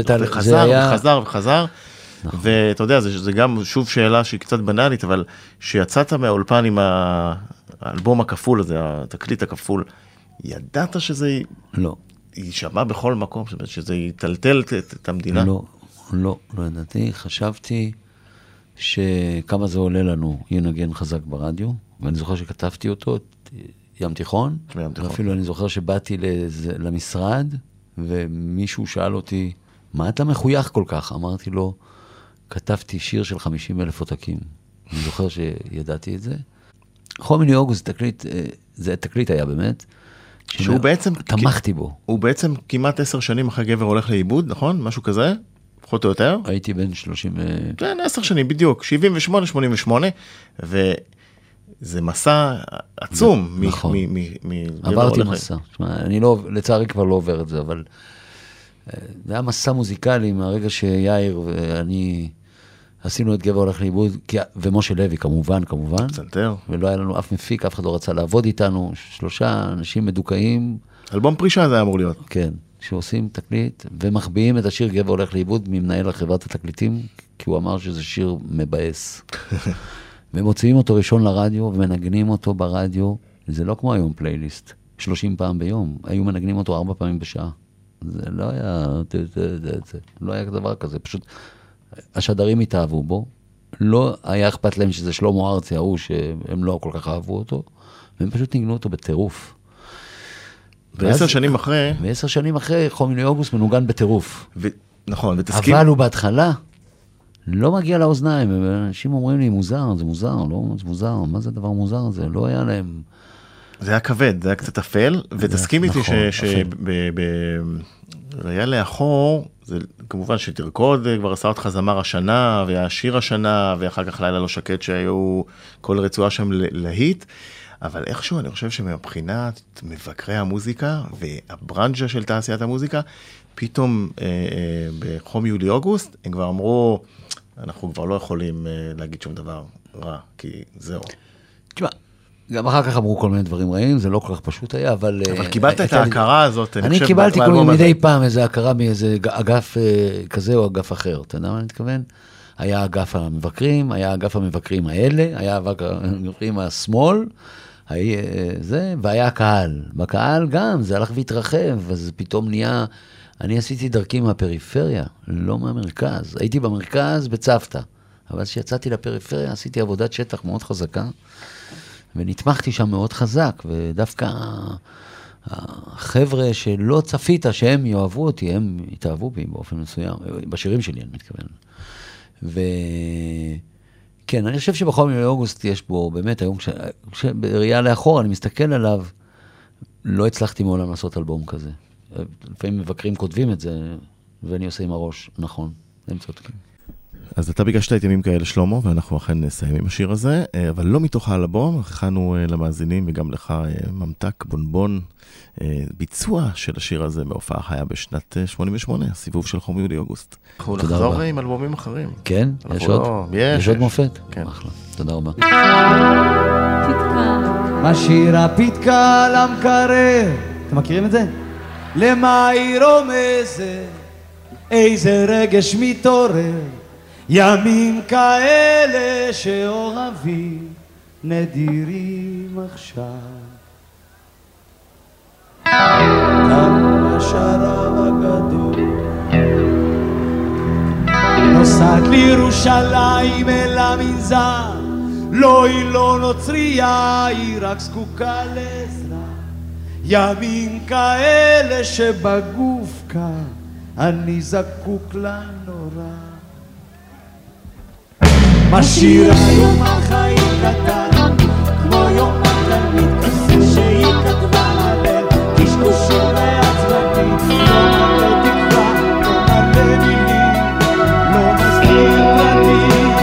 וחזר. ואתה יודע, זה גם שוב שאלה שהיא קצת בנאלית, אבל שיצאת מהאולפן עם האלבום הכפול הזה, התקליט הכפול, ידעת שזה יישמע בכל מקום, שזה יטלטל את המדינה? לא ידעתי. חשבתי שכמה זה עולה לנו, ינגן חזק ברדיו, ואני זוכר שכתבתי אותו, ים תיכון, ואפילו אני זוכר שבאתי למשרד, ומישהו שאל אותי, מה אתה מחוייך כל כך? אמרתי לו, כתבתי שיר של 50,000 עותקים. אני זוכר שידעתי את זה. חום יולי אוגוסט, זה תקליט היה באמת, שהוא בעצם, תמכתי בו. הוא בעצם כמעט 10 שנים אחרי גבר הולך לאיבוד, נכון? משהו כזה? פחות או יותר? הייתי בן 30... כן, 10 שנים, בדיוק. 78, 88, וזה מסע עצום. נכון. עברתי מסע. אני לא, לצערי כבר לא עובר את זה, אבל זה היה מסע מוזיקלי מהרגע שיאיר ואני עשינו את גבר הולך לאיבוד, ומשה לוי כמובן. פסנתר. ולא היה לנו אף מפיק, אף אחד לא רצה לעבוד איתנו, 3 אנשים מדוכאים. אלבום פרישה זה היה אמור להיות. כן, שעושים תקליט ומחביאים את השיר גבר הולך לאיבוד ממנהל לחברת התקליטים, כי הוא אמר שזה שיר מבאס. ומוציאים אותו ראשון לרדיו ומנגנים אותו ברדיו, זה לא כמו היום פלייליסט, 30 פעם ביום, היו מנגנים אותו 4 פעמים בשעה. זה לא היה, לא היה דבר כזה, פשוט השדרים התאהבו בו, לא היה אכפת להם שזה שלמה ארצי, ההוא שהם לא כל כך אהבו אותו, והם פשוט ניגנו אותו בטירוף. ו10 שנים אחרי... ו10 שנים אחרי, חום יולי אוגוסט מנוגן בטירוף. נכון, ותסכים... אבל הוא בהתחלה לא מגיע לאוזניים, אנשים אומרים לי, מוזר, זה מוזר, לא, זה מוזר, מה זה דבר מוזר הזה? לא היה להם... זה היה כבד, זה היה קצת אפל, ותסכים איתי שבראייה לאחור, זה כמובן שתרקוד, כבר עשה אותך זמר השנה, והיה שיר השנה, ואחר כך לילה לא שקט שהיו כל רצועה שם להיט, אבל איכשהו אני חושב שמבחינת מבקרי המוזיקה, והברנז'ה של תעשיית המוזיקה, פתאום בחום יולי אוגוסט, הם כבר אמרו, אנחנו כבר לא יכולים להגיד שום דבר רע, כי זהו. תשמע, גם אחר כך אמרו כל מיני דברים רעים, זה לא כל כך פשוט היה, אבל קיבלת את ההכרה הזאת, אני קיבלתי מדי פעם איזה הכרה מאיזה אגף כזה או אגף אחר, אתה יודע מה אני מתכוון? היה אגף המבקרים, היה אגף המבקרים האלה, היה אגף המבקרים השמאל, והיה הקהל. בקהל גם, זה הלך והתרחב, אז פתאום נהיה... אני עשיתי דרכי מהפריפריה, לא מהמרכז. הייתי במרכז בצוותא, אבל כשיצאתי לפריפריה עשיתי עבודת שטח מאוד חזקה, ונתמכתי שם מאוד חזק, ודווקא החבר'ה שלא צפית שהם יאהבו אותי, הם התאהבו בי באופן מסוים, בשירים שלי אני מתכוון. וכן, אני חושב שבחום יולי אוגוסט יש בו, באמת היום כשבראייה לאחור אני מסתכל עליו, לא הצלחתי מעולם לעשות אלבום כזה. לפעמים מבקרים כותבים את זה, ואני עושה עם הראש, נכון, הם צודקים. אז אתה ביקשת את ימים כאלה שלמה, ואנחנו אכן נסיים עם השיר הזה, אבל לא מתוך האלבום, הכנו למאזינים וגם לך ממתק בונבון, ביצוע של השיר הזה בהופעה חיה בשנת 88, הסיבוב של חום יולי אוגוסט. אנחנו נחזור עם אלבומים אחרים. כן? יש עוד מופת? כן. תודה רבה. משאירה פתקה למקרר, אתם מכירים את זה? למה היא רומזת, איזה רגש מתעורר, ימים כאלה שאוהבים נדירים עכשיו. גם השרב הגדול נוסעת לירושלים אל המנזר, לא היא לא נוצריה, היא רק זקוקה לעזרה. ימים כאלה שבגוף כאן אני זקוק לנורא. משאירה יום החיים קטן כמו יום התלמיד כזה שהיא כתבה עליהם קשקושים ועצבנים, לא מלא תקווה, לא מלא מילים, לא מזכיר פרטים,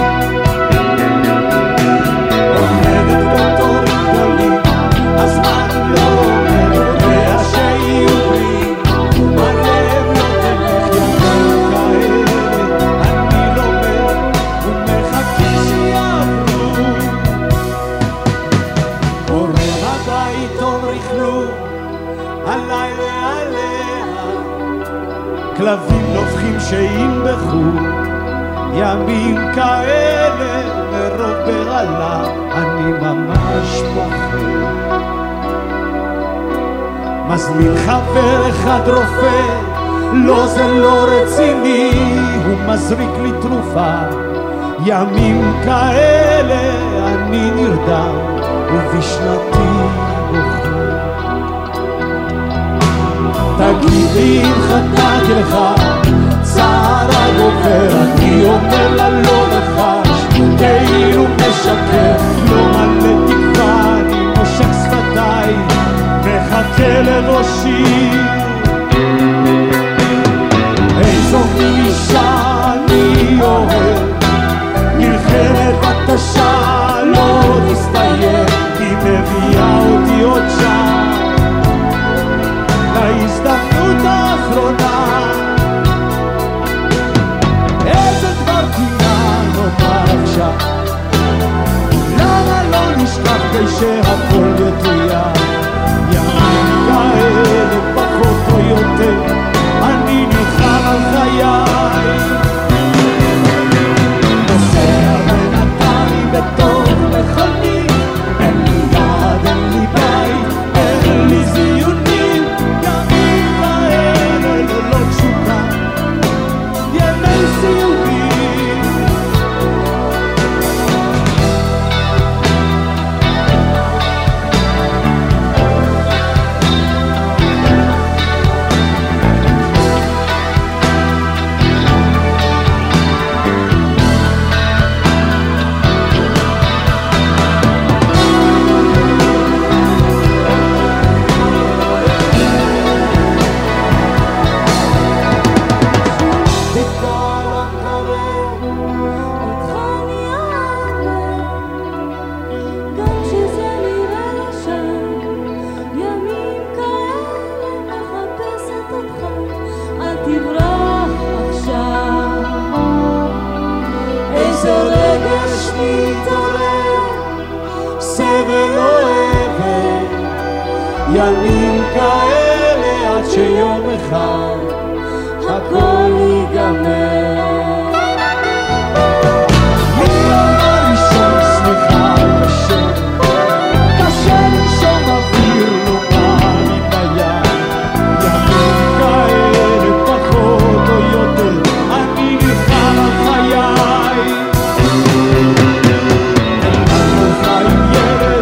עומדת בתורים גדולים, הזמן לא עומד, יודע שיהיו לי הלב לא תלך. ימים כאלה אני לומד ומחכה שיעברו, ערבים נובחים שינבחו, ימים כאלה מרוב ברעלה אני ממש פוחד. מזמין חבר אחד רופא, לא זה לא רציני, הוא מזריק לי תרופה, ימים כאלה אני נרדם ובשנתי בוכה. תגידי אם חטאתי לך צער הגובר, אני אומר לה לא נחש, כאילו משקר, לא מלא תקווה, אני מושך שפתיי, מחכה לראשי. איזו אישה אני אוהב, מלחמת התשה לא תסתיים, היא מביאה אותי עוד שם להזדמנות האחרונה. איזה דבר פינה נאמר עכשיו, למה לא נשכח כדי שהכל יתויה, ימים כאלה פחות או יותר אני נלחם על חיי. נוסע בינתיים בתוך מכונית, אין לי יד, אין לי בית, אין לי זיונים, ימים כאלה ללא תשוקה, ימי סיומים. ימים כאלה עד שיום אחד הכל ייגמר. מיום הראשון סליחה קשה לנשום אוויר לא בא לי ביד, ימים כאלה פחות או יותר אני נלחם על חיי. אנחנו חיים ילד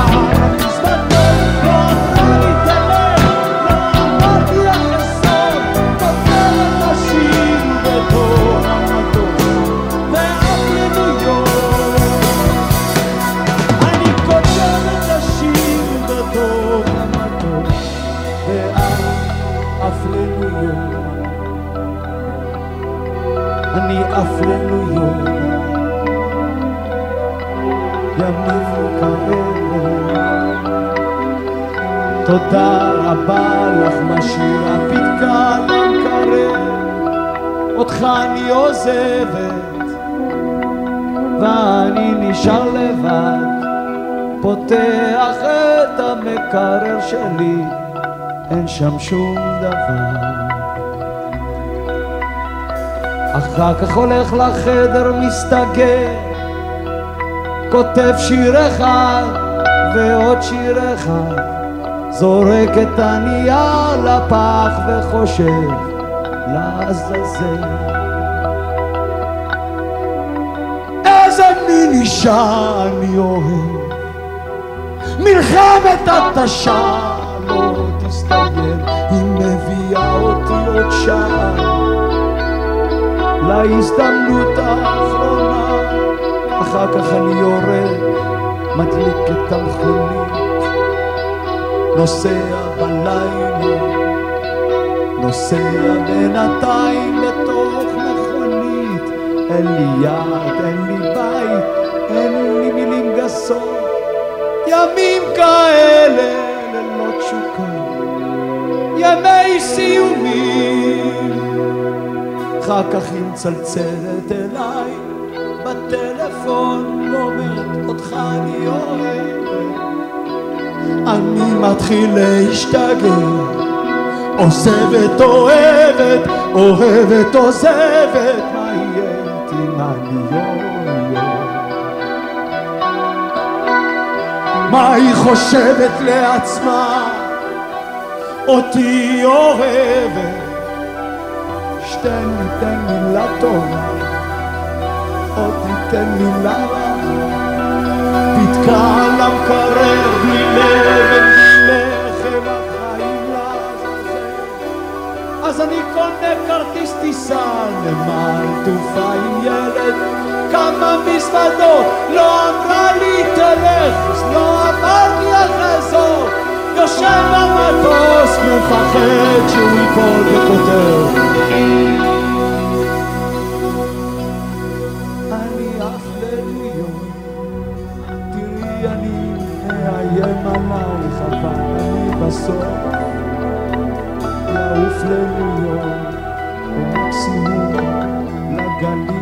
אני עף לניו יורק, ימים כאלה. תודה רבה לך משאירה פתקה למקרר, אותך אני עוזבת ואני נשאר לבד, פותח את המקרר שלי, אין שם שום דבר. אחר כך הולך לחדר מסתגר, כותב שיר אחד ועוד שיר אחד, זורק את הנייר לפח וחושב לעזאזל. איזה מין אישה אני אוהב, מלחמת התשה לא תסתיים, היא מביאה אותי עוד שעה להזדמנות האחרונה. אחר כך אני יורד, מדליק את המכונית, נוסע בלילה, נוסע בינתיים בתוך מכונית. אין לי יד, אין לי בית, אין לי מילים גסות, ימים כאלה ללא תשוקה, ימי סיומים. אחר כך היא מצלצלת אליי בטלפון ואומרת אותך אני אוהב, אני מתחיל להשתגע, עוזבת, אוהבת, אוהבת, עוזבת, מה יהיה איתי, מה אני מה היא חושבת לעצמה, אותי אוהבת, שתן לי, תן מילה טובה, אותי תן מילה רעה, פתקה למקרר בלי לבן, בלי לחם, החיים לעזאזל, אז אני קונה כרטיס טיסה למעל תעופה עם ילד, כמה מזוודות, לא אמרה לי תלך, לא אמר לי לחזור, יושב במטוס, מפחד שהוא ייפול וכותר. אני עף לניו יורק, תראי אני מאיים עלייך, אבל אני בסוף לעוף לניו יורק, או מקסימום לגליל.